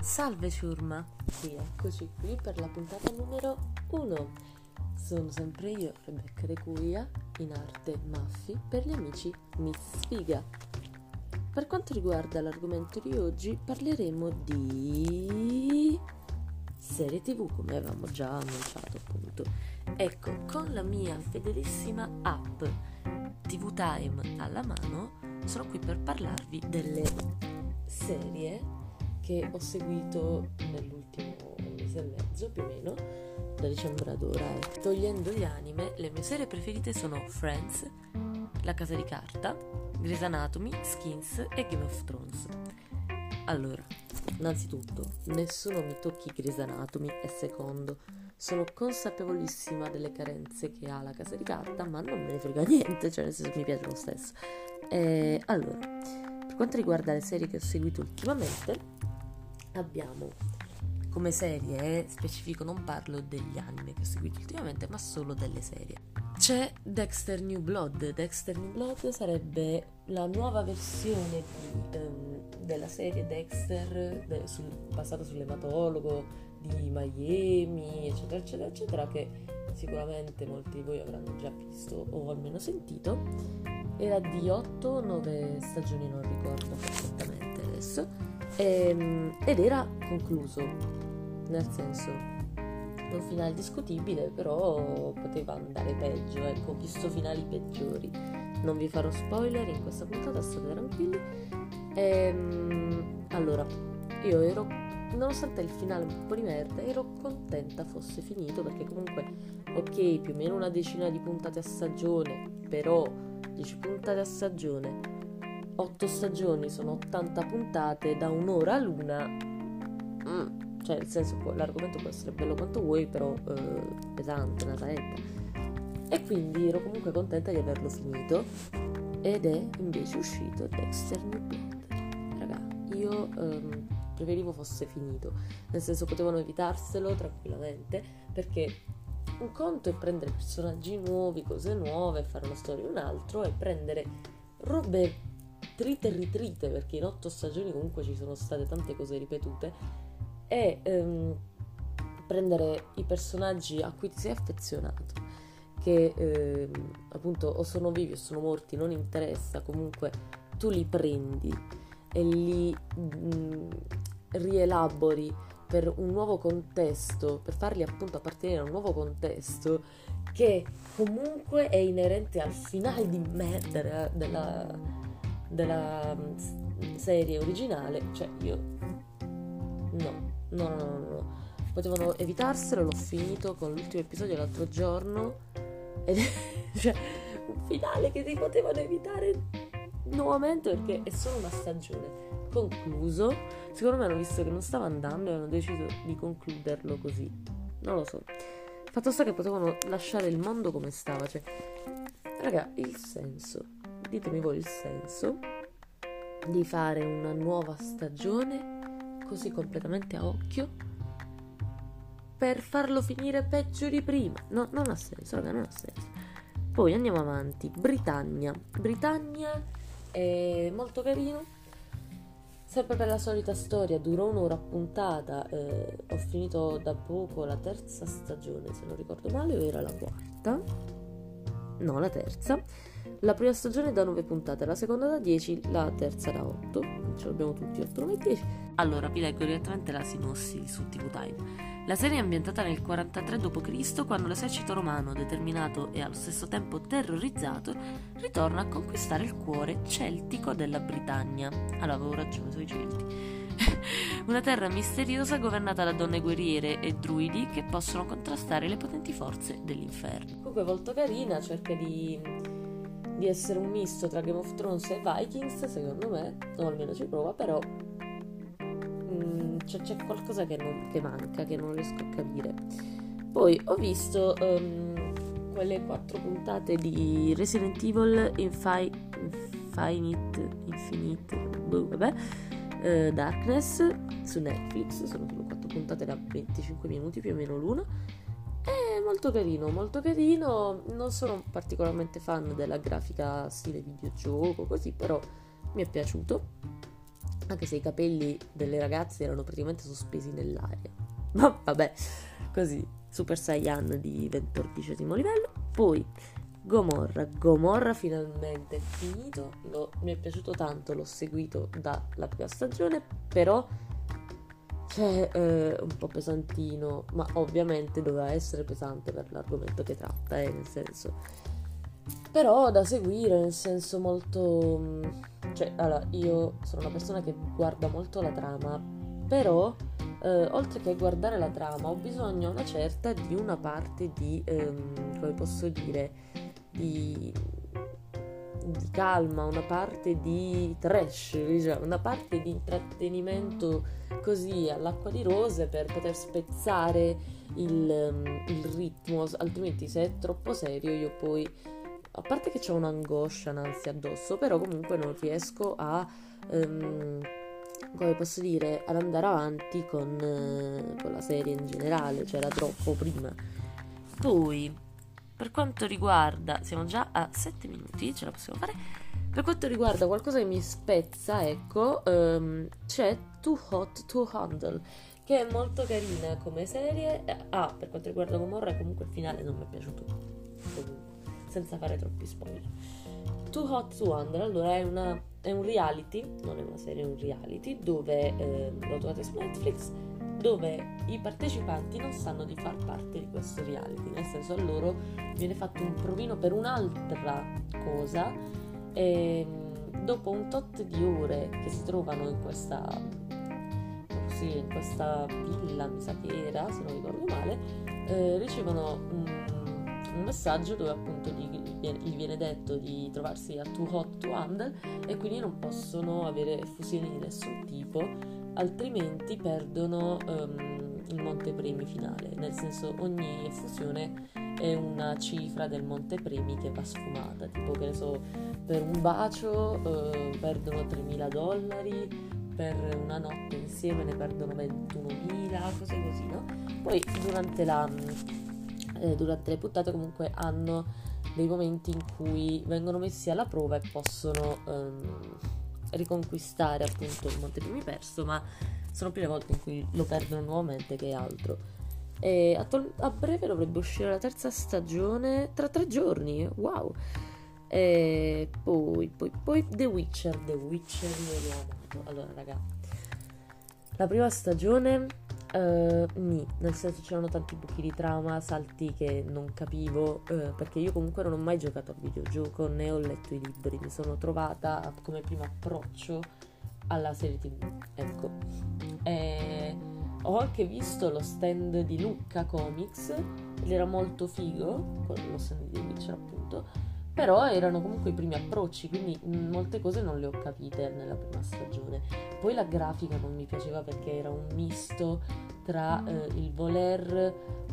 Salve ciurma, eccoci qui per la puntata numero 1. Sono sempre io, Rebecca De Cuia, in arte Maffi, per gli amici Miss Sfiga. Per quanto riguarda l'argomento di oggi, parleremo di serie TV, come avevamo già annunciato appunto. Ecco, con la mia fedelissima app TV Time alla mano, sono qui per parlarvi delle serie che ho seguito nell'ultimo mese e mezzo più o meno, da dicembre ad ora. Togliendo gli anime, le mie serie preferite sono Friends, La Casa di Carta, Grey's Anatomy, Skins e Game of Thrones. Allora, innanzitutto, nessuno mi tocchi Grey's Anatomy, e secondo, sono consapevolissima delle carenze che ha La Casa di Carta, ma non me ne frega niente, cioè nel senso mi piace lo stesso. Allora, per quanto riguarda le serie che ho seguito ultimamente, abbiamo come serie, specifico, non parlo degli anime che ho seguito ultimamente, ma solo delle serie. C'è Dexter New Blood. Dexter New Blood sarebbe la nuova versione della serie Dexter, basata sull'ematologo di Miami, eccetera, eccetera, eccetera, che sicuramente molti di voi avranno già visto o almeno sentito. Era di 8 o 9 stagioni, non ricordo perfettamente adesso. Ed era concluso, nel senso, un finale discutibile, però poteva andare peggio, ecco, ho visto finali peggiori. Non vi farò spoiler in questa puntata, state tranquilli. Allora, io ero, nonostante il finale un po' di merda, ero contenta fosse finito, perché comunque, ok, più o meno una decina di puntate a stagione, però 10 puntate a stagione, 8 stagioni sono 80 puntate da un'ora l'una. Cioè, nel senso, l'argomento può essere bello quanto vuoi, però pesante, una saetta. E quindi ero comunque contenta di averlo finito. Ed è invece uscito Dexter New Blood. Raga, io preferivo fosse finito. Nel senso, potevano evitarselo tranquillamente, perché un conto è prendere personaggi nuovi, cose nuove, fare una storia, un altro è prendere robe trite e ritrite, perché in 8 stagioni comunque ci sono state tante cose ripetute, e prendere i personaggi a cui ti sei affezionato, che appunto o sono vivi o sono morti, non interessa, comunque tu li prendi e li rielabori per un nuovo contesto, per farli appunto appartenere a un nuovo contesto che comunque è inerente al finale di merda della serie originale. Cioè io no, potevano evitarselo. L'ho finito con l'ultimo episodio l'altro giorno ed cioè un finale che si potevano evitare nuovamente, perché è solo una stagione. Concluso, secondo me hanno visto che non stava andando e hanno deciso di concluderlo così, non lo so. Fatto sta che potevano lasciare il mondo come stava, cioè raga, il senso, ditemi voi il senso di fare una nuova stagione così completamente a occhio per farlo finire peggio di prima. No, non ha senso, raga, non ha senso. Poi andiamo avanti. Britannia è molto carino, sempre per la solita storia, dura un'ora a puntata. Ho finito da poco la terza stagione, se non ricordo male, o era la quarta? No, la terza. La prima stagione da 9 puntate, la seconda da 10, la terza da 8. Ce l'abbiamo tutti 8, 9 e 10. Allora, vi leggo direttamente la sinossi su TV Time. La serie è ambientata nel 43 d.C., quando l'esercito romano, determinato e allo stesso tempo terrorizzato, ritorna a conquistare il cuore celtico della Britannia. Allora, avevo ragione sui Celti. Una terra misteriosa governata da donne guerriere e druidi che possono contrastare le potenti forze dell'inferno. Comunque molto carina, cerca di essere un misto tra Game of Thrones e Vikings, secondo me, o almeno ci prova, però c'è qualcosa che manca, che non riesco a capire. Poi ho visto quelle 4 puntate di Resident Evil Darkness su Netflix. Sono solo 4 puntate da 25 minuti più o meno l'una. È molto carino. Non sono particolarmente fan della grafica stile videogioco così, però mi è piaciuto. anche se i capelli delle ragazze erano praticamente sospesi nell'aria. Ma vabbè, così, Super Saiyan di 14° livello. Poi Gomorra finalmente è finito, mi è piaciuto tanto, l'ho seguito dalla prima stagione, però c'è un po' pesantino, ma ovviamente doveva essere pesante per l'argomento che tratta, nel senso, però da seguire, nel senso molto, cioè, allora, io sono una persona che guarda molto la trama, però oltre che guardare la trama ho bisogno una certa di una parte di, come posso dire, di calma, una parte di trash, diciamo, una parte di intrattenimento così all'acqua di rose per poter spezzare il ritmo, altrimenti se è troppo serio io poi, a parte che c'ho un'angoscia, un'ansia addosso, però comunque non riesco a come posso dire, ad andare avanti con la serie in generale, cioè era troppo prima. Poi per quanto riguarda, siamo già a 7 minuti, ce la possiamo fare. Per quanto riguarda qualcosa che mi spezza, ecco, c'è Too Hot to Handle, che è molto carina come serie. Per quanto riguarda Gomorra, comunque il finale non mi è piaciuto, comunque, senza fare troppi spoiler. Too Hot to Handle, allora è un reality, non è una serie, è un reality, dove lo trovate su Netflix, dove i partecipanti non sanno di far parte di questo reality, nel senso a loro viene fatto un provino per un'altra cosa e dopo un tot di ore che si trovano in questa villa, mi sa che era, se non ricordo male, ricevono un messaggio dove appunto gli viene detto di trovarsi a Too Hot to Handle e quindi non possono avere fusioni di nessun tipo, altrimenti perdono il montepremi finale, nel senso ogni fusione è una cifra del montepremi che va sfumata, tipo che ne so, per un bacio perdono $3.000, per una notte insieme ne perdono 21.000, cose così, no? Poi durante le puntate comunque hanno dei momenti in cui vengono messi alla prova e possono riconquistare appunto il montepremi perso, ma sono più le volte in cui lo perdono nuovamente che altro. E a breve dovrebbe uscire la terza stagione tra 3 giorni, wow. E poi The Witcher io l'ho amato. Allora raga, la prima stagione nel senso c'erano tanti buchi di trama, salti che non capivo, perché io comunque non ho mai giocato a videogioco né ho letto i libri, mi sono trovata come primo approccio alla serie TV, ecco. Ho anche visto lo stand di Lucca Comics ed era molto figo, lo stand di The Witcher appunto, però erano comunque i primi approcci, quindi molte cose non le ho capite nella prima stagione. Poi la grafica non mi piaceva perché era un misto tra il voler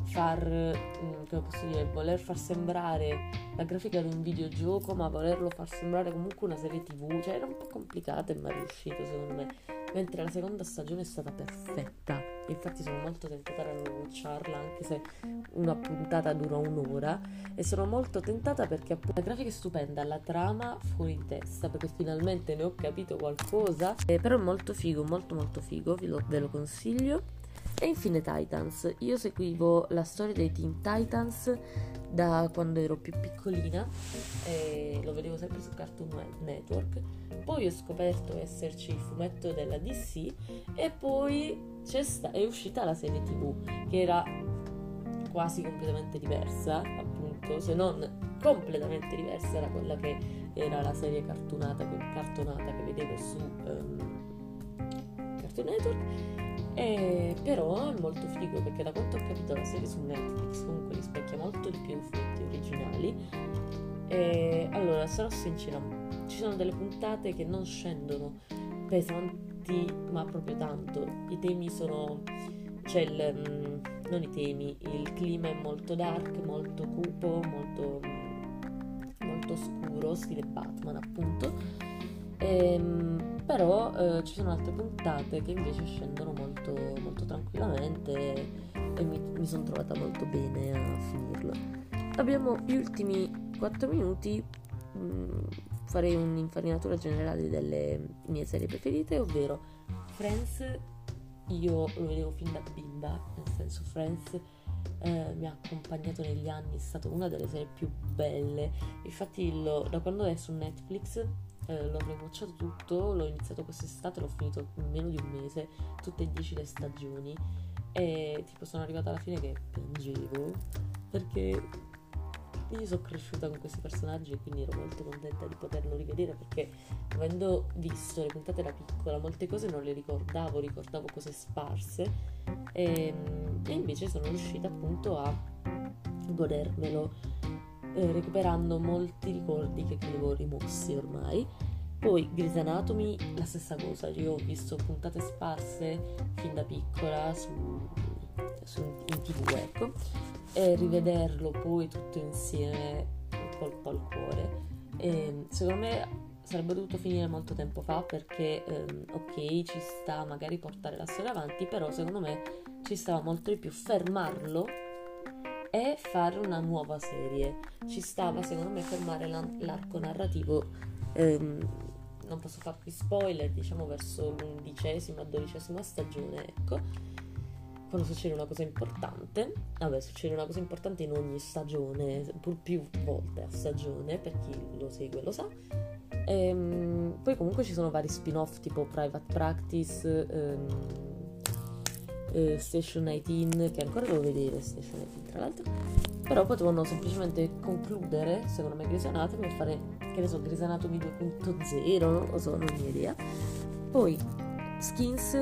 voler far sembrare la grafica di un videogioco, ma volerlo far sembrare comunque una serie TV, cioè era un po' complicata e mai riuscito secondo me. Mentre la seconda stagione è stata perfetta, infatti sono molto tentata a rewatcharla, anche se una puntata dura un'ora, e sono molto tentata perché appunto la grafica è stupenda, la trama fuori di testa, perché finalmente ne ho capito qualcosa, però è molto figo, molto molto figo, ve lo consiglio. E infine Titans, io seguivo la storia dei Teen Titans da quando ero più piccolina, lo vedevo sempre su Cartoon Network, poi ho scoperto esserci il fumetto della DC e poi è uscita la serie TV che era quasi completamente diversa, appunto, se non completamente diversa da quella che era la serie cartonata che vedevo su Cartoon Network. Però è molto figo perché da quanto ho capito la serie su Netflix comunque rispecchia molto di più i fumetti originali. Allora sarò sincera, ci sono delle puntate che non scendono pesanti, ma proprio tanto. I temi sono, cioè non i temi, il clima è molto dark, molto cupo, molto molto scuro, stile Batman appunto. Però ci sono altre puntate che invece scendono molto, molto tranquillamente e mi sono trovata molto bene a finirlo. Abbiamo gli ultimi 4 minuti, farei un'infarinatura generale delle mie serie preferite, ovvero Friends. Io lo vedevo fin da bimba, nel senso Friends mi ha accompagnato negli anni, è stata una delle serie più belle. Infatti da quando è su Netflix l'ho rewatchato tutto, l'ho iniziato quest'estate, l'ho finito in meno di un mese, tutte e 10 le stagioni, e tipo sono arrivata alla fine che piangevo, perché io sono cresciuta con questi personaggi e quindi ero molto contenta di poterlo rivedere, perché avendo visto le puntate da piccola molte cose non le ricordavo cose sparse, e invece sono riuscita appunto a godermelo, recuperando molti ricordi che credevo rimossi ormai. Poi Grey's Anatomy, la stessa cosa, io ho visto puntate sparse fin da piccola in TV, ecco, e rivederlo poi tutto insieme un colpo al cuore. E secondo me sarebbe dovuto finire molto tempo fa, perché ok, ci sta magari portare la storia avanti, però secondo me ci stava molto di più fermarlo e fare una nuova serie. Ci stava secondo me fermare l'arco narrativo, non posso farvi spoiler, diciamo verso l'11ª-12ª stagione, ecco, quando succede una cosa importante. Vabbè, succede una cosa importante in ogni stagione, pur più volte a stagione, per chi lo segue lo sa. Poi comunque ci sono vari spin-off tipo Private Practice, Station 19, che ancora devo vedere Station 19 tra l'altro, però potevano semplicemente concludere secondo me Grey's Anatomy e fare, che ne so, Grey's Anatomy 2.0, non lo so, non ho idea. Poi Skins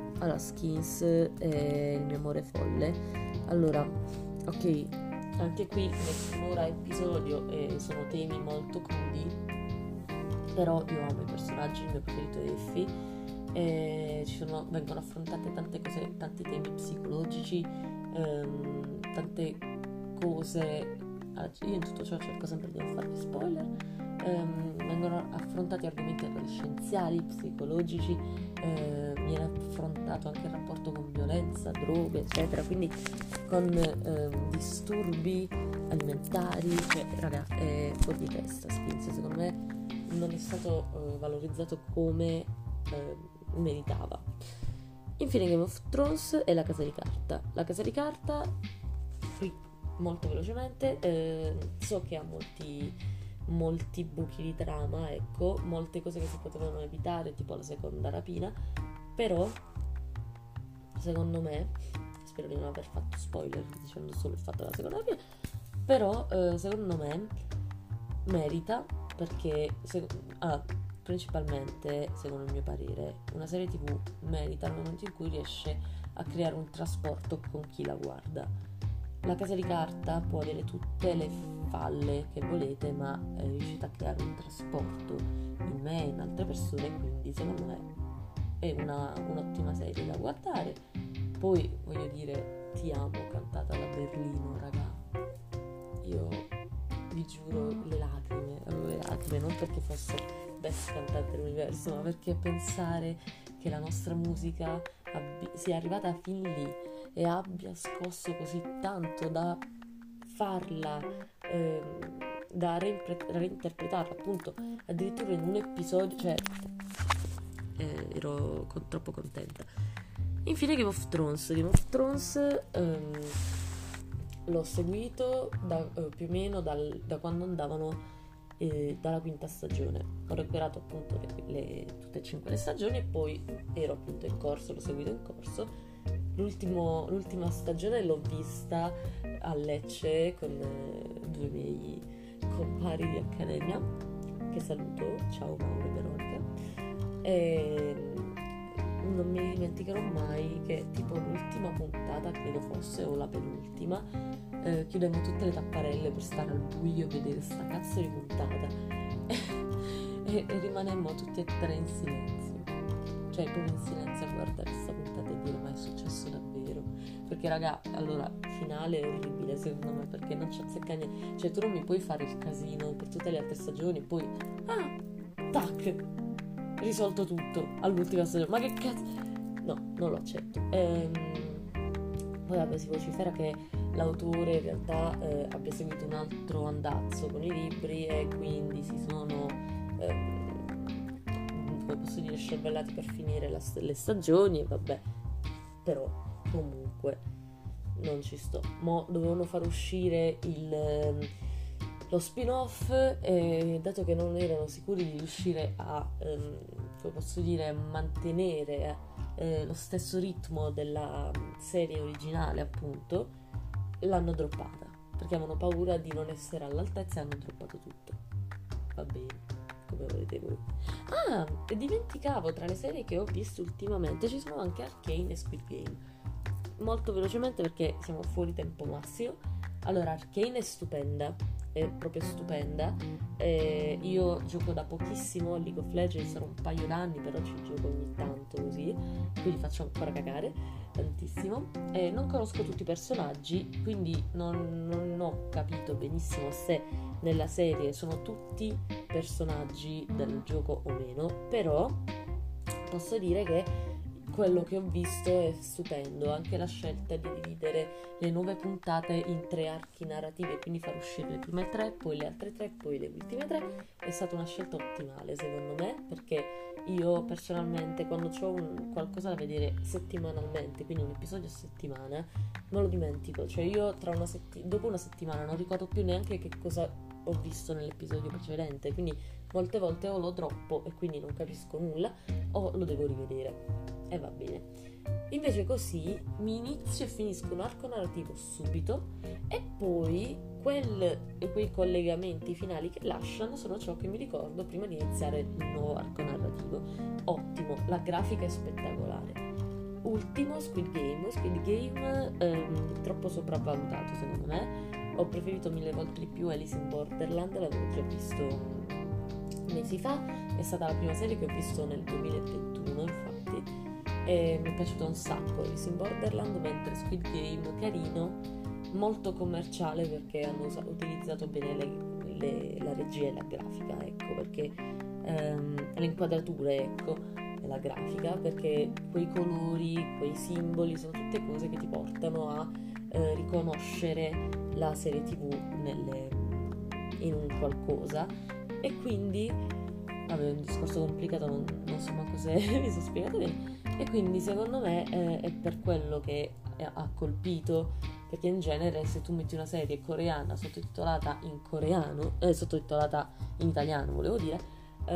è il mio amore folle. Allora, ok, anche qui nel primo episodio sono temi molto crudi, però io amo i personaggi, il mio preferito è Effie. Vengono affrontate tante cose, tanti temi psicologici, tante cose. Io in tutto ciò cerco sempre di non farvi spoiler. Vengono affrontati argomenti adolescenziali, psicologici, viene affrontato anche il rapporto con violenza, droghe, eccetera, quindi con disturbi alimentari, cioè raga, è fuori di testa. Skins secondo me non è stato valorizzato come meritava. Infine Game of Thrones e La Casa di Carta. La Casa di Carta, qui molto velocemente, so che ha molti buchi di trama, ecco, molte cose che si potevano evitare, tipo la seconda rapina, però secondo me, spero di non aver fatto spoiler dicendo solo il fatto della seconda rapina, però secondo me merita, perché principalmente, secondo il mio parere, una serie TV merita nel momento in cui riesce a creare un trasporto con chi la guarda. La Casa di Carta può avere tutte le falle che volete, ma è riuscita a creare un trasporto in me e in altre persone, quindi secondo me è un'ottima serie da guardare. Poi voglio dire, Ti amo, cantata da Berlino, raga, io vi giuro, avevo le lacrime, non perché fosse best cantante dell'universo, ma perché pensare che la nostra musica sia arrivata fin lì e abbia scosso così tanto da farla, da reinterpretarla appunto addirittura in un episodio, cioè ero troppo contenta. Infine Game of Thrones l'ho seguito più o meno da quando andavano dalla quinta stagione. Ho recuperato appunto tutte e 5 le stagioni e poi ero appunto in corso, l'ho seguito in corso. L'ultima stagione l'ho vista a Lecce con due miei compari di accademia, che saluto, ciao Mauro e Veronica, e non mi dimenticherò mai che tipo l'ultima puntata, credo fosse, o la penultima, chiudemmo tutte le tapparelle per stare al buio e vedere sta cazzo di puntata e rimanemmo tutti e tre in silenzio, cioè proprio in silenzio a guardare questa puntata e dire: ma è successo davvero? Perché raga, allora, finale orribile secondo me, perché non ci azzecca niente, cioè tu non mi puoi fare il casino per tutte le altre stagioni, poi tac, risolto tutto all'ultima stagione, ma che cazzo, no, non lo accetto. Poi vabbè, si vocifera che l'autore in realtà abbia seguito un altro andazzo con i libri e quindi si sono come posso dire, scervellati per finire le stagioni, e vabbè, però comunque non ci sto. Mo dovevano far uscire lo spin-off, e dato che non erano sicuri di riuscire a come posso dire, mantenere lo stesso ritmo della serie originale, appunto, l'hanno droppata perché avevano paura di non essere all'altezza e hanno droppato tutto. Va bene, come volete voi. Ah, e dimenticavo, tra le serie che ho visto ultimamente ci sono anche Arcane e Squid Game. Molto velocemente perché siamo fuori tempo massimo. Allora, Arcane è stupenda, è proprio stupenda. Io gioco da pochissimo a League of Legends, sono un paio d'anni, però ci gioco ogni tanto così, quindi faccio ancora cagare tantissimo. Non conosco tutti i personaggi, quindi non ho capito benissimo se nella serie sono tutti personaggi del gioco o meno, però posso dire che quello che ho visto è stupendo, anche la scelta di dividere le nuove puntate in 3 archi narrativi e quindi far uscire le prime 3, poi le altre 3, poi le ultime 3, è stata una scelta ottimale secondo me, perché io personalmente quando ho qualcosa da vedere settimanalmente, quindi un episodio a settimana, non lo dimentico, cioè io dopo una settimana non ricordo più neanche che cosa ho visto nell'episodio precedente, quindi molte volte o lo droppo e quindi non capisco nulla o lo devo rivedere e va bene. Invece così mi inizio e finisco un arco narrativo subito e poi quei collegamenti finali che lasciano sono ciò che mi ricordo prima di iniziare il nuovo arco narrativo. Ottimo, la grafica è spettacolare. Ultimo, Squid Game troppo sopravvalutato secondo me. Ho preferito 1000 volte di più Alice in Borderland, l'avevo già visto mesi fa, è stata la prima serie che ho visto nel 2021 infatti, e mi è piaciuto un sacco Alice in Borderland, mentre Squid Game carino, molto commerciale perché hanno utilizzato bene la regia e la grafica, ecco, perché le inquadrature, ecco, e la grafica, perché quei colori, quei simboli sono tutte cose che ti portano a riconoscere la serie TV in un qualcosa, e quindi vabbè, è un discorso complicato, non so manco se mi sono spiegato bene, e quindi secondo me è per quello che ha colpito, perché in genere se tu metti una serie coreana sottotitolata in coreano, sottotitolata in italiano volevo dire,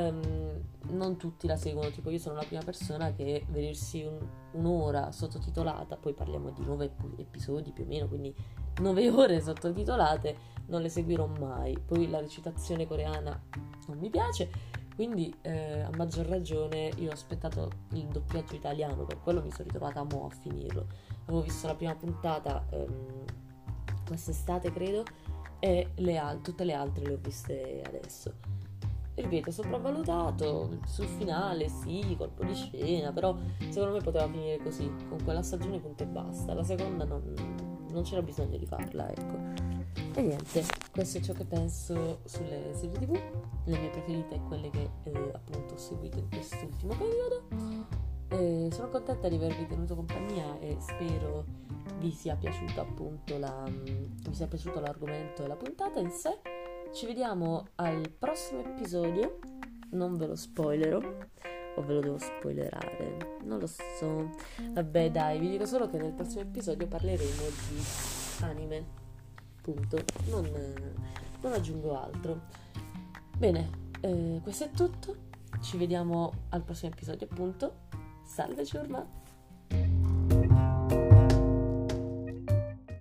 non tutti la seguono. Tipo io sono la prima persona che vedersi un'ora sottotitolata, poi parliamo di 9 episodi più o meno, quindi 9 ore sottotitolate non le seguirò mai. Poi la recitazione coreana non mi piace, quindi a maggior ragione io ho aspettato il doppiaggio italiano, per quello mi sono ritrovata a finirlo. Avevo visto la prima puntata quest'estate credo, e tutte le altre le ho viste adesso. Ripeto, sopravvalutato sul finale, sì, colpo di scena, però secondo me poteva finire così, con quella stagione punto e basta. La seconda non c'era bisogno di farla, ecco. E niente, questo è ciò che penso sulle serie TV, le mie preferite e quelle che appunto ho seguito in quest'ultimo periodo. Sono contenta di avervi tenuto compagnia e spero vi sia piaciuto appunto vi sia piaciuto l'argomento e la puntata in sé. Ci vediamo al prossimo episodio, non ve lo spoilerò, o ve lo devo spoilerare, non lo so. Vabbè dai, vi dico solo che nel prossimo episodio parleremo di anime, punto, non aggiungo altro. Bene, questo è tutto, ci vediamo al prossimo episodio appunto, salve ciurma!